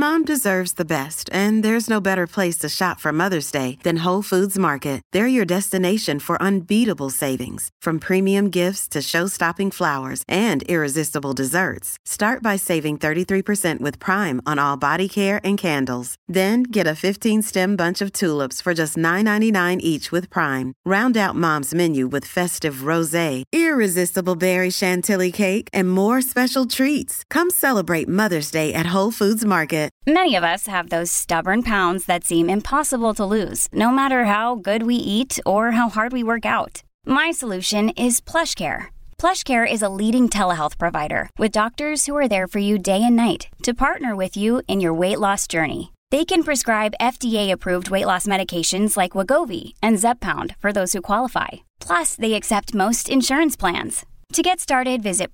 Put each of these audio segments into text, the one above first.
Mom deserves the best, and there's no better place to shop for Mother's Day than Whole Foods Market. They're your destination for unbeatable savings, from premium gifts to show-stopping flowers and irresistible desserts. Start by saving 33% with Prime on all body care and candles. Then get a 15-stem bunch of tulips for just $9.99 each with Prime. Round out Mom's menu with festive rosé, irresistible berry chantilly cake, and more special treats. Come celebrate Mother's Day at Whole Foods Market. Many of us have those stubborn pounds that seem impossible to lose, no matter how good we eat or how hard we work out. My solution is PlushCare. PlushCare is a leading telehealth provider with doctors who are there for you day and night to partner with you in your weight loss journey. They can prescribe FDA-approved weight loss medications like Wegovy and Zepbound for those who qualify. Plus, they accept most insurance plans. To get started, visit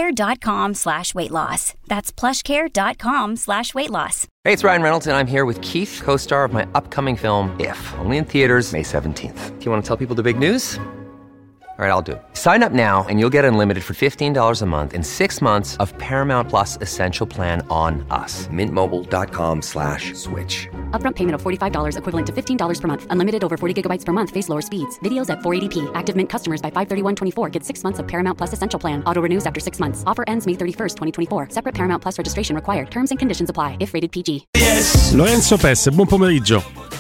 plushcare.com/weightloss. That's plushcare.com/weightloss. Hey, it's Ryan Reynolds, and I'm here with Keith, co-star of my upcoming film, If, only in theaters May 17th. Do you want to tell people the big news? All right, I'll do it. Sign up now and you'll get unlimited for $15 a month and 6 months of Paramount Plus Essential Plan on us. MintMobile.com/switch. Upfront payment of $45 equivalent to $15 per month. Unlimited over 40 gigabytes per month. Face lower speeds. Videos at 480p. Active Mint customers by 531.24 get 6 months of Paramount Plus Essential Plan. Auto renews after 6 months. Offer ends May 31st, 2024. Separate Paramount Plus registration required. Terms and conditions apply if rated PG. Lorenzo Pesse, buon pomeriggio.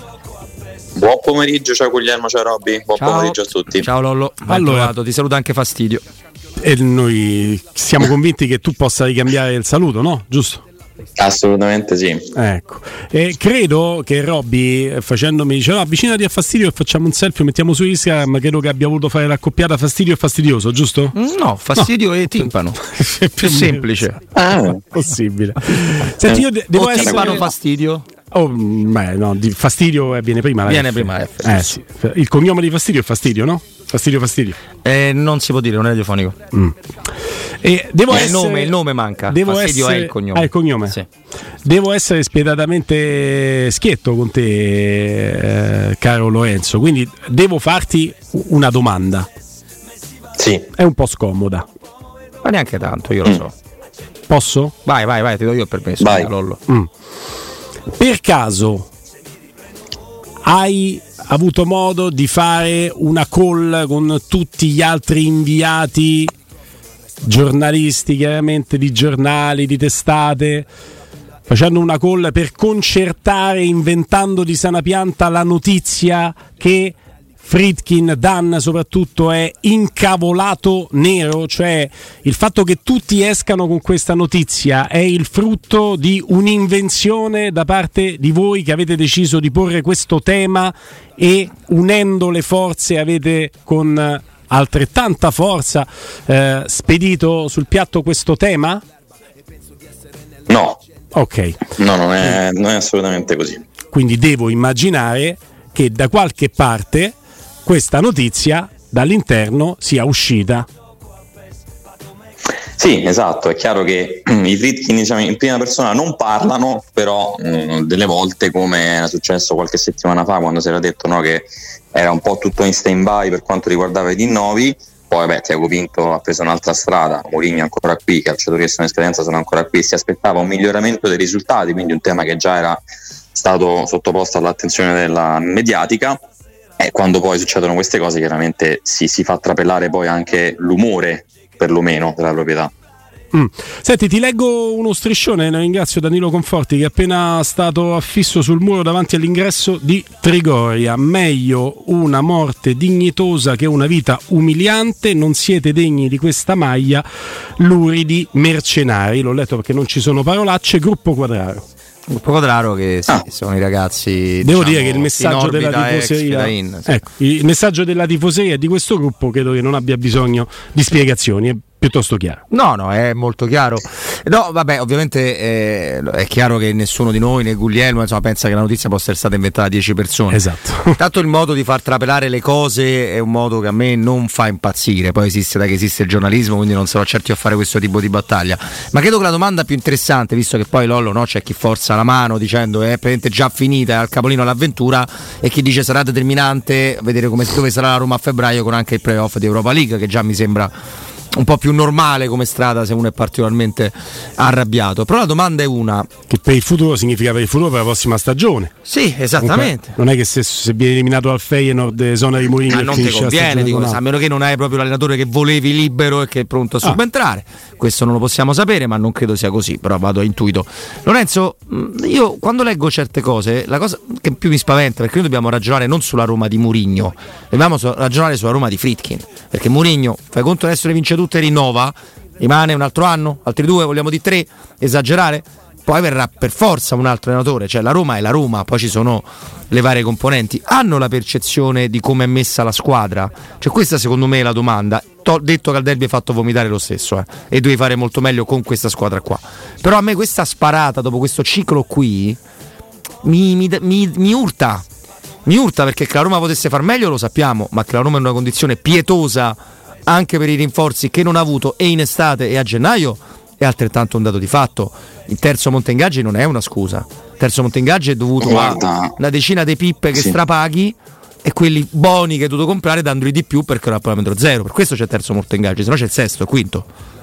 Buon pomeriggio, ciao Guglielmo, ciao Robby, buon pomeriggio a tutti. Ciao Lollo, allora ti saluta anche Fastidio. E noi siamo convinti che tu possa ricambiare il saluto, no? Giusto? Assolutamente sì. Ecco. E credo che Robby, facendomi, dice: no, avvicinati a Fastidio e facciamo un selfie, mettiamo su Instagram. Credo che abbia voluto fare l'accoppiata Fastidio e Fastidioso, giusto? No, Fastidio e Timpano. È più semplice. Possibile. Senti, io devo essere Timpano Fastidio. Oh, beh, no, di Fastidio viene prima. Viene prima F. Sì. Il cognome di Fastidio è Fastidio, no? Fastidio. Non si può dire, non è radiofonico. E devo essere... il nome manca. Fastidio è il cognome. Il cognome. Sì. Devo essere spietatamente schietto con te, caro Lorenzo. Quindi devo farti una domanda. Sì. È un po' scomoda. Ma neanche tanto, io lo so. Posso? Vai, ti do io il permesso. Vai. Lollo. Per caso hai avuto modo di fare una call con tutti gli altri inviati giornalisti, chiaramente di giornali, di testate, facendo una call per concertare, inventando di sana pianta la notizia che Friedkin, Dan soprattutto, è incavolato nero? Cioè il fatto che tutti escano con questa notizia è il frutto di un'invenzione da parte di voi che avete deciso di porre questo tema e unendo le forze avete con altrettanta forza spedito sul piatto questo tema? No. Ok. No, non è assolutamente così. Quindi devo immaginare che da qualche parte questa notizia dall'interno sia uscita. Sì, esatto, è chiaro che i Friedkin, diciamo, in prima persona non parlano, però delle volte, come era successo qualche settimana fa quando si era detto, no, che era un po' tutto in stand-by per quanto riguardava i rinnovi, poi Tiago Pinto ha preso un'altra strada, Mourinho è ancora qui, i calciatori che sono in scadenza sono ancora qui, si aspettava un miglioramento dei risultati, quindi un tema che già era stato sottoposto all'attenzione della mediatica. E quando poi succedono queste cose chiaramente si fa trapelare poi anche l'umore, perlomeno, della proprietà. Senti, ti leggo uno striscione, ne ringrazio Danilo Conforti che è appena stato affisso sul muro davanti all'ingresso di Trigoria. Meglio una morte dignitosa che una vita umiliante, non siete degni di questa maglia, luridi mercenari. L'ho letto perché non ci sono parolacce. Gruppo Quadraro. Poco raro che sono i ragazzi. Devo dire che il messaggio della tifoseria, ecco, il messaggio della tifoseria di questo gruppo credo che non abbia bisogno di spiegazioni, è piuttosto chiaro. No, è molto chiaro. No, vabbè, ovviamente è chiaro che nessuno di noi, né Guglielmo, pensa che la notizia possa essere stata inventata da 10 persone. Esatto. Tanto il modo di far trapelare le cose è un modo che a me non fa impazzire. Poi esiste da che esiste il giornalismo, quindi non sarò certo a fare questo tipo di battaglia. Ma credo che la domanda più interessante, visto che poi Lollo, no, c'è chi forza la mano dicendo è praticamente già finita, è al capolino l'avventura, e chi dice sarà determinante vedere dove sarà la Roma a febbraio con anche il playoff di Europa League, che già mi sembra un po' più normale come strada se uno è particolarmente arrabbiato. Però la domanda è una: che per il futuro significa per il futuro, per la prossima stagione. Sì, esattamente. Comunque, non è che se viene eliminato dal Feyenoord esoneri Mourinho, non ti conviene, dico, a meno che non hai proprio l'allenatore che volevi libero e che è pronto a subentrare. Questo non lo possiamo sapere, ma non credo sia così, però vado a intuito. Lorenzo, io quando leggo certe cose, la cosa che più mi spaventa, perché noi dobbiamo ragionare non sulla Roma di Mourinho, dobbiamo ragionare sulla Roma di Friedkin, perché Mourinho, fai conto adesso ne vince tutte e rinnova, rimane un altro anno, altri 2, vogliamo di 3, esagerare, poi verrà per forza un altro allenatore, cioè la Roma è la Roma, poi ci sono le varie componenti. Hanno la percezione di come è messa la squadra? Cioè questa secondo me è la domanda. Detto che al derby hai fatto vomitare lo stesso, e devi fare molto meglio con questa squadra qua. Però a me questa sparata dopo questo ciclo qui mi urta. Mi urta, perché che la Roma potesse far meglio lo sappiamo, ma che la Roma è in una condizione pietosa anche per i rinforzi che non ha avuto e in estate e a gennaio è altrettanto un dato di fatto. Il terzo monte ingaggi non è una scusa. Il terzo monte ingaggi è dovuto a una decina di pippe che strapaghi e quelli buoni che hai dovuto comprare dandoli di più perché era a parametro zero. Per questo c'è il terzo monte ingaggi, se no c'è il sesto e quinto.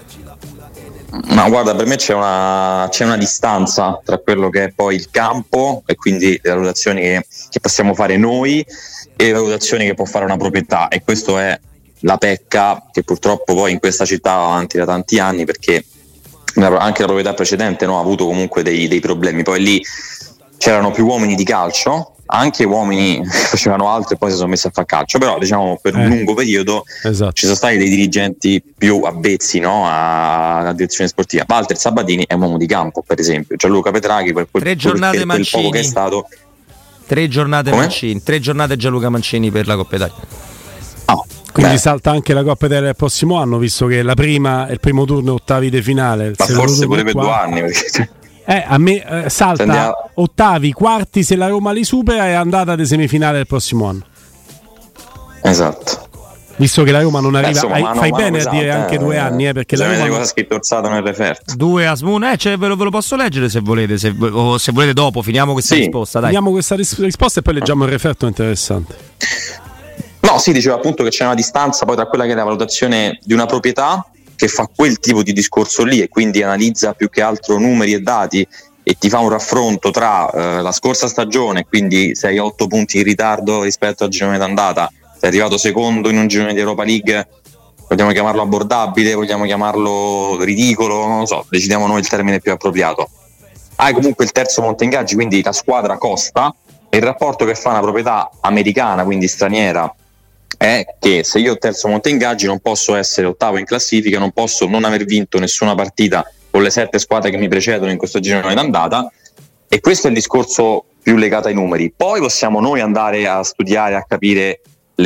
Ma guarda, per me c'è una distanza tra quello che è poi il campo e quindi le valutazioni che possiamo fare noi e le valutazioni che può fare una proprietà, e questo è la pecca che purtroppo poi in questa città va avanti da tanti anni, perché anche la proprietà precedente ha avuto comunque dei problemi. Poi lì c'erano più uomini di calcio, anche uomini che facevano altro e poi si sono messi a fare calcio, però diciamo per un lungo periodo ci sono stati dei dirigenti più avvezzi, no, alla direzione sportiva. Walter Sabatini è un uomo di campo, per esempio. Gianluca Petraghi per quel poco che è stato. 3 giornate Mancini, 3 giornate Gianluca Mancini per la Coppa Italia. Quindi salta anche la Coppa Italia del prossimo anno, visto che la prima è il primo turno e ottavi di finale. Ma forse pure per 2 anni, perché a me salta ottavi, quarti se la Roma li supera, e andata di semifinale del prossimo anno. Esatto. Visto che la Roma non arriva, fai bene a dire anche 2 anni, perché la Roma cosa scritto orzato nel referto. 2 a Smoon, ve lo posso leggere se volete, se volete dopo, finiamo questa risposta, dai. Finiamo questa risposta e poi leggiamo il referto interessante. No, sì, diceva appunto che c'è una distanza poi tra quella che è la valutazione di una proprietà che fa quel tipo di discorso lì e quindi analizza più che altro numeri e dati e ti fa un raffronto tra la scorsa stagione, quindi sei 8 punti in ritardo rispetto al girone d'andata, sei arrivato secondo in un girone di Europa League, vogliamo chiamarlo abbordabile, vogliamo chiamarlo ridicolo, non lo so, decidiamo noi il termine più appropriato. Hai comunque il terzo monte ingaggi, quindi la squadra costa, e il rapporto che fa una proprietà americana, quindi straniera, è che se io ho terzo monte ingaggi non posso essere ottavo in classifica, non posso non aver vinto nessuna partita con le 7 squadre che mi precedono in questo girone d'andata, e questo è il discorso più legato ai numeri. Poi possiamo noi andare a studiare, a capire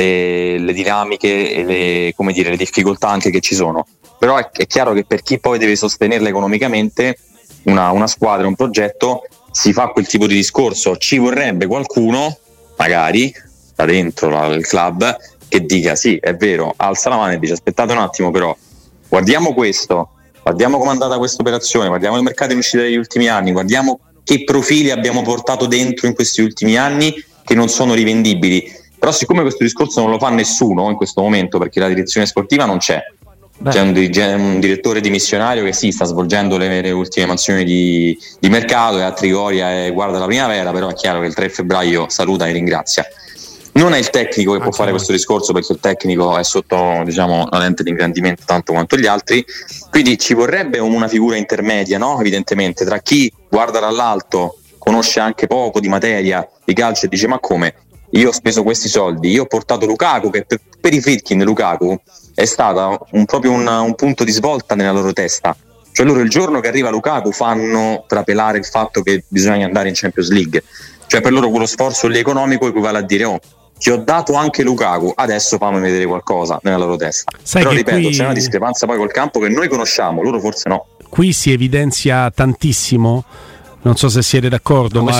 le dinamiche e le difficoltà anche che ci sono, però è chiaro che per chi poi deve sostenerla economicamente una squadra, un progetto, si fa quel tipo di discorso. Ci vorrebbe qualcuno magari da dentro il club che dica sì, è vero, alza la mano e dice aspettate un attimo, però guardiamo questo, guardiamo come è andata questa operazione, guardiamo il mercato in uscita degli ultimi anni, guardiamo che profili abbiamo portato dentro in questi ultimi anni che non sono rivendibili. Però siccome questo discorso non lo fa nessuno in questo momento, perché la direzione sportiva non c'è, c'è un direttore dimissionario che sta svolgendo le ultime mansioni di mercato, e a Trigoria e guarda la primavera, però è chiaro che il 3 febbraio saluta e ringrazia. Non è il tecnico che può fare questo discorso, perché il tecnico è sotto, diciamo, la lente di ingrandimento tanto quanto gli altri, quindi ci vorrebbe una figura intermedia, no? Evidentemente, tra chi guarda dall'alto, conosce anche poco di materia di calcio e dice ma come? Io ho speso questi soldi, io ho portato Lukaku, che per i Friedkin Lukaku è stato proprio un punto di svolta nella loro testa. Cioè loro il giorno che arriva Lukaku fanno trapelare il fatto che bisogna andare in Champions League. Cioè per loro quello sforzo lì economico equivale a dire ti ho dato anche Lukaku, adesso fammi vedere qualcosa nella loro testa. Però ripeto, c'è una discrepanza poi col campo che noi conosciamo, loro forse no. Qui si evidenzia tantissimo. Non so se siete d'accordo, ma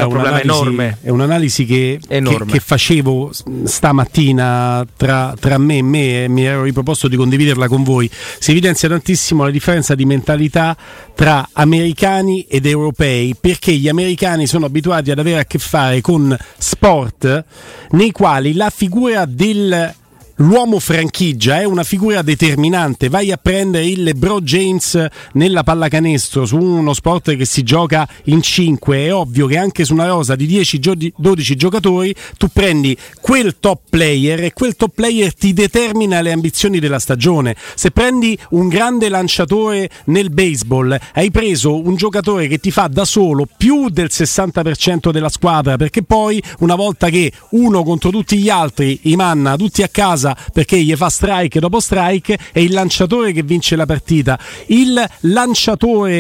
è un'analisi che facevo stamattina tra me e mi ero riproposto di condividerla con voi. Si evidenzia tantissimo la differenza di mentalità tra americani ed europei, perché gli americani sono abituati ad avere a che fare con sport nei quali la figura del l'uomo franchigia, è una figura determinante. Vai a prendere il LeBron James nella pallacanestro, su uno sport che si gioca in 5, è ovvio che anche su una rosa di 10-12 giocatori tu prendi quel top player e quel top player ti determina le ambizioni della stagione. Se prendi un grande lanciatore nel baseball, hai preso un giocatore che ti fa da solo più del 60% della squadra, perché poi una volta che uno contro tutti gli altri i manna tutti a casa perché gli fa strike dopo strike, è il lanciatore che vince la partita. Il lanciatore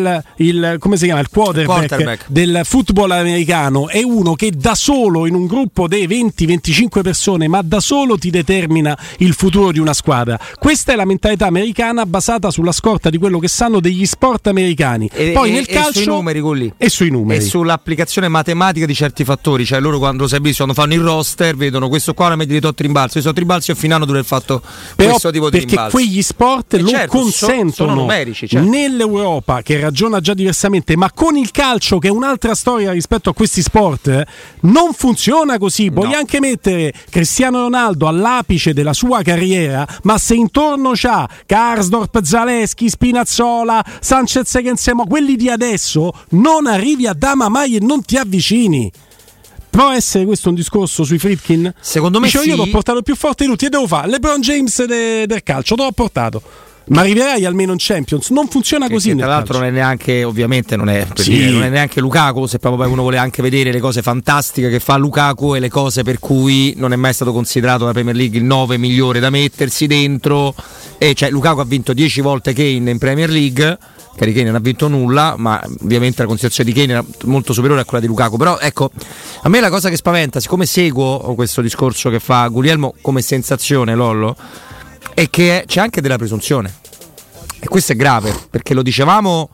come si chiama? Il quarterback del football americano è uno che da solo in un gruppo dei 20-25 persone, ma da solo ti determina il futuro di una squadra. Questa è la mentalità americana basata sulla scorta di quello che sanno degli sport americani. Poi nel calcio sui numeri, Gulli. E sui numeri e sull'applicazione matematica di certi fattori, cioè loro quando fanno il roster vedono questo qua la media di tot rimbalzi, questo rimbalzi a finale dura il fatto questo tipo di perché rimbalzi. Quegli sport lo consentono. Sono numerici, certo. Nell'Europa che ragiona già diversamente, ma con il calcio che è un'altra storia rispetto a questi sport, non funziona così. Puoi anche mettere Cristiano Ronaldo all'apice della sua carriera, ma se intorno c'ha Karsdorp, Zaleschi, Spinazzola, Sanchez che insieme a quelli di adesso, non arrivi a dama mai e non ti avvicini. Può essere questo un discorso sui Friedkin? Secondo me Io ti ho portato il più forte di tutti e devo fare LeBron James del calcio, te l'ho portato, ma arriverai almeno in Champions. Non funziona così. Tra l'altro calcio. Non è neanche, ovviamente non è, non è neanche Lukaku, se proprio uno vuole anche vedere le cose fantastiche che fa Lukaku e le cose per cui non è mai stato considerato da Premier League il 9 migliore da mettersi dentro. E cioè Lukaku ha vinto 10 volte Kane in Premier League, Harry Kane non ha vinto nulla, ma ovviamente la considerazione di Kane era molto superiore a quella di Lukaku. Però ecco, a me la cosa che spaventa, siccome seguo questo discorso che fa Guglielmo come sensazione, Lollo, è che c'è anche della presunzione, e questo è grave, perché lo dicevamo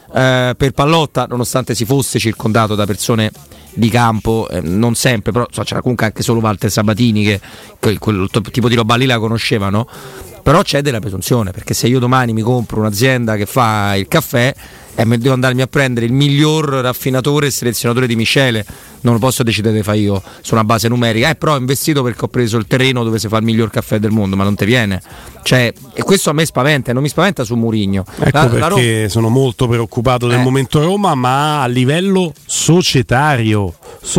per Pallotta, nonostante si fosse circondato da persone di campo, non sempre, però c'era comunque anche solo Walter Sabatini che quel tipo di roba lì la conoscevano. Però c'è della presunzione, perché se io domani mi compro un'azienda che fa il caffè e devo andarmi a prendere il miglior raffinatore e selezionatore di miscele, non lo posso decidere di fare io su una base numerica, però ho investito perché ho preso il terreno dove si fa il miglior caffè del mondo, ma non ti viene, cioè, e questo a me spaventa, e non mi spaventa su Mourinho. Ecco perché sono molto preoccupato del momento Roma, ma a livello societario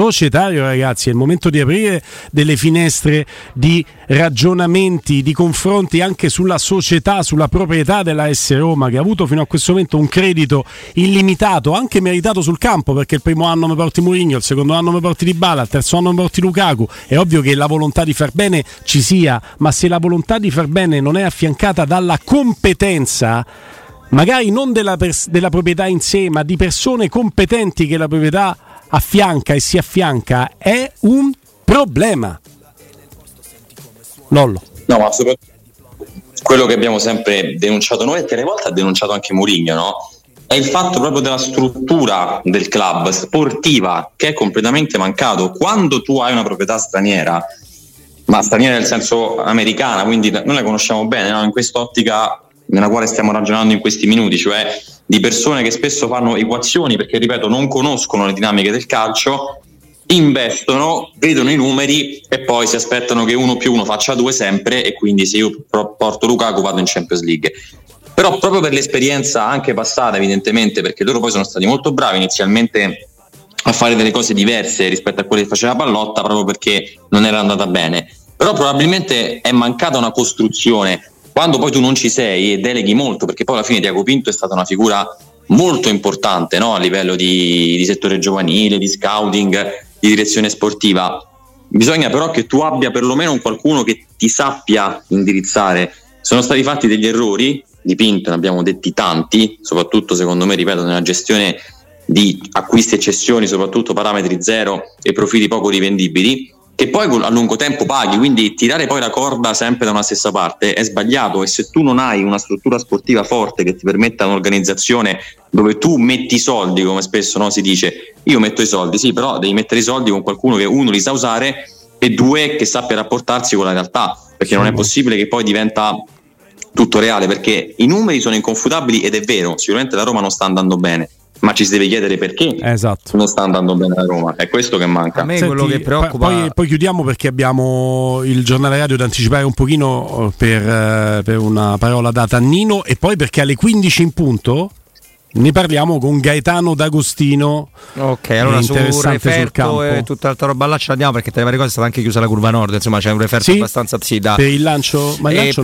ragazzi, è il momento di aprire delle finestre di ragionamenti, di confronti anche sulla società, sulla proprietà della AS Roma, che ha avuto fino a questo momento un credito illimitato, anche meritato sul campo, perché il primo anno mi porti Mourinho, il secondo anno mi porti Dybala, il terzo anno mi porti Lukaku. È ovvio che la volontà di far bene ci sia, ma se la volontà di far bene non è affiancata dalla competenza, magari non della proprietà in sé, ma di persone competenti che la proprietà affianca e si affianca, è un problema. Lollo. No, ma soprattutto quello che abbiamo sempre denunciato noi e che alle volte ha denunciato anche Mourinho, no? È il fatto proprio della struttura del club sportiva, che è completamente mancato. Quando tu hai una proprietà straniera, ma straniera nel senso americana, quindi noi la conosciamo bene, no? In quest'ottica nella quale stiamo ragionando in questi minuti, cioè di persone che spesso fanno equazioni perché, ripeto, non conoscono le dinamiche del calcio, investono, vedono i numeri e poi si aspettano che 1+1 faccia 2 sempre, e quindi se io porto Lukaku vado in Champions League. Però proprio per l'esperienza anche passata, evidentemente, perché loro poi sono stati molto bravi inizialmente a fare delle cose diverse rispetto a quelle che faceva Pallotta, proprio perché non era andata bene, però probabilmente è mancata una costruzione. Quando poi tu non ci sei e deleghi molto, perché poi alla fine Tiago Pinto è stata una figura molto importante, no? A livello di settore giovanile, di scouting, di direzione sportiva, bisogna però che tu abbia perlomeno un qualcuno che ti sappia indirizzare. Sono stati fatti degli errori di Pinto, ne abbiamo detti tanti, soprattutto secondo me, ripeto, nella gestione di acquisti e cessioni, soprattutto parametri zero e profili poco rivendibili, che poi a lungo tempo paghi. Quindi tirare poi la corda sempre da una stessa parte è sbagliato, e se tu non hai una struttura sportiva forte che ti permetta un'organizzazione dove tu metti i soldi, come spesso, no, si dice, io metto i soldi, sì, però devi mettere i soldi con qualcuno che, uno, li sa usare, e due, che sappia rapportarsi con la realtà, perché non è possibile che poi diventa tutto reale, perché i numeri sono inconfutabili ed è vero, sicuramente la Roma non sta andando bene, ma ci si deve chiedere perché non sta andando bene la Roma. È questo che manca. A me quello che preoccupa. Poi chiudiamo perché abbiamo il giornale radio da anticipare un pochino per una parola da Tannino, e poi perché alle 15 in punto ne parliamo con Gaetano D'Agostino. Ok, allora su referto e tutta l'altra roba là ce l'andiamo, perché tra le varie cose è stata anche chiusa la curva nord, insomma c'è un referto abbastanza per il lancio. Ma il lancio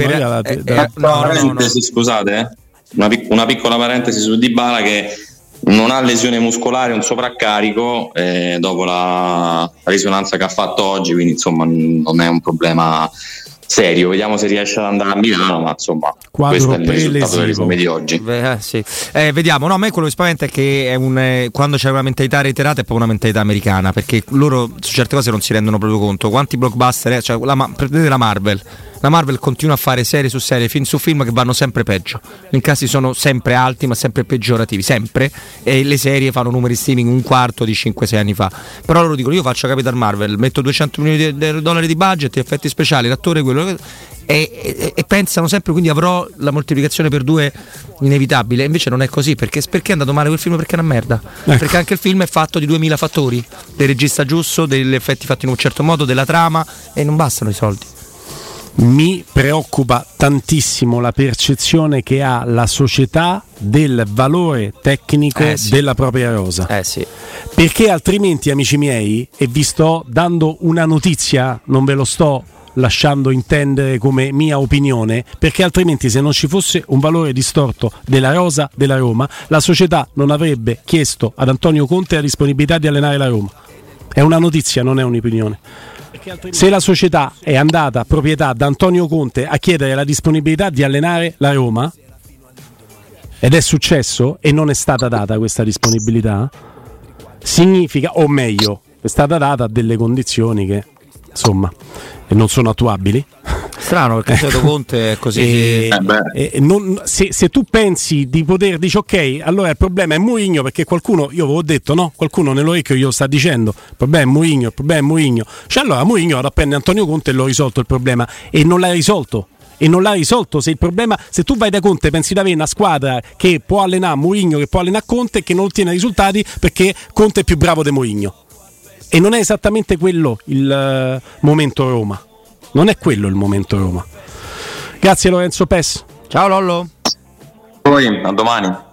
scusate, una piccola parentesi su Dybala, che non ha lesione muscolare, un sovraccarico dopo la risonanza che ha fatto oggi, quindi insomma non è un problema serio. Vediamo se riesce ad andare a Milano, ma insomma questo è il risultato dell'esame di oggi. Sì. Vediamo. No, a me quello che spaventa è che quando c'è una mentalità reiterata è proprio una mentalità americana, perché loro su certe cose non si rendono proprio conto. Quanti blockbuster prendete la Marvel. La Marvel continua a fare serie su serie, film su film, che vanno sempre peggio. Gli incassi sono sempre alti ma sempre peggiorativi, sempre, e le serie fanno numeri streaming un quarto di 5-6 anni fa. Però loro dicono: io faccio Capital Marvel, metto 200 milioni di dollari di budget, effetti speciali, l'attore quello, e pensano sempre, quindi avrò la moltiplicazione per 2 inevitabile. Invece non è così, perché è andato male quel film, perché è una merda. Perché anche il film è fatto di 2000 fattori, del regista giusto, degli effetti fatti in un certo modo, della trama, e non bastano i soldi. Mi preoccupa tantissimo la percezione che ha la società del valore tecnico della propria rosa. Perché altrimenti, amici miei, e vi sto dando una notizia, non ve lo sto lasciando intendere come mia opinione, perché altrimenti, se non ci fosse un valore distorto della rosa della Roma, la società non avrebbe chiesto ad Antonio Conte la disponibilità di allenare la Roma. È una notizia, non è un'opinione. Se la società è andata, proprietà, da Antonio Conte, a chiedere la disponibilità di allenare la Roma, ed è successo e non è stata data questa disponibilità, significa, o meglio, è stata data a delle condizioni che insomma non sono attuabili. Strano, perché il solito Conte è così. Se tu pensi di poter, dici ok, allora il problema è Mourinho, perché qualcuno, io avevo detto, no? Qualcuno nell'orecchio glielo sta dicendo, il problema è Mourinho. Cioè allora Mourinho vado a prendere Antonio Conte e l'ho risolto il problema, e non l'ha risolto. Se tu vai da Conte pensi di avere una squadra che può allenare Mourinho, che può allenare Conte, che non ottiene risultati perché Conte è più bravo di Mourinho. E non è esattamente quello il momento Roma. Non è quello il momento Roma. Grazie Lorenzo Pes. Ciao Lollo. Poi a domani.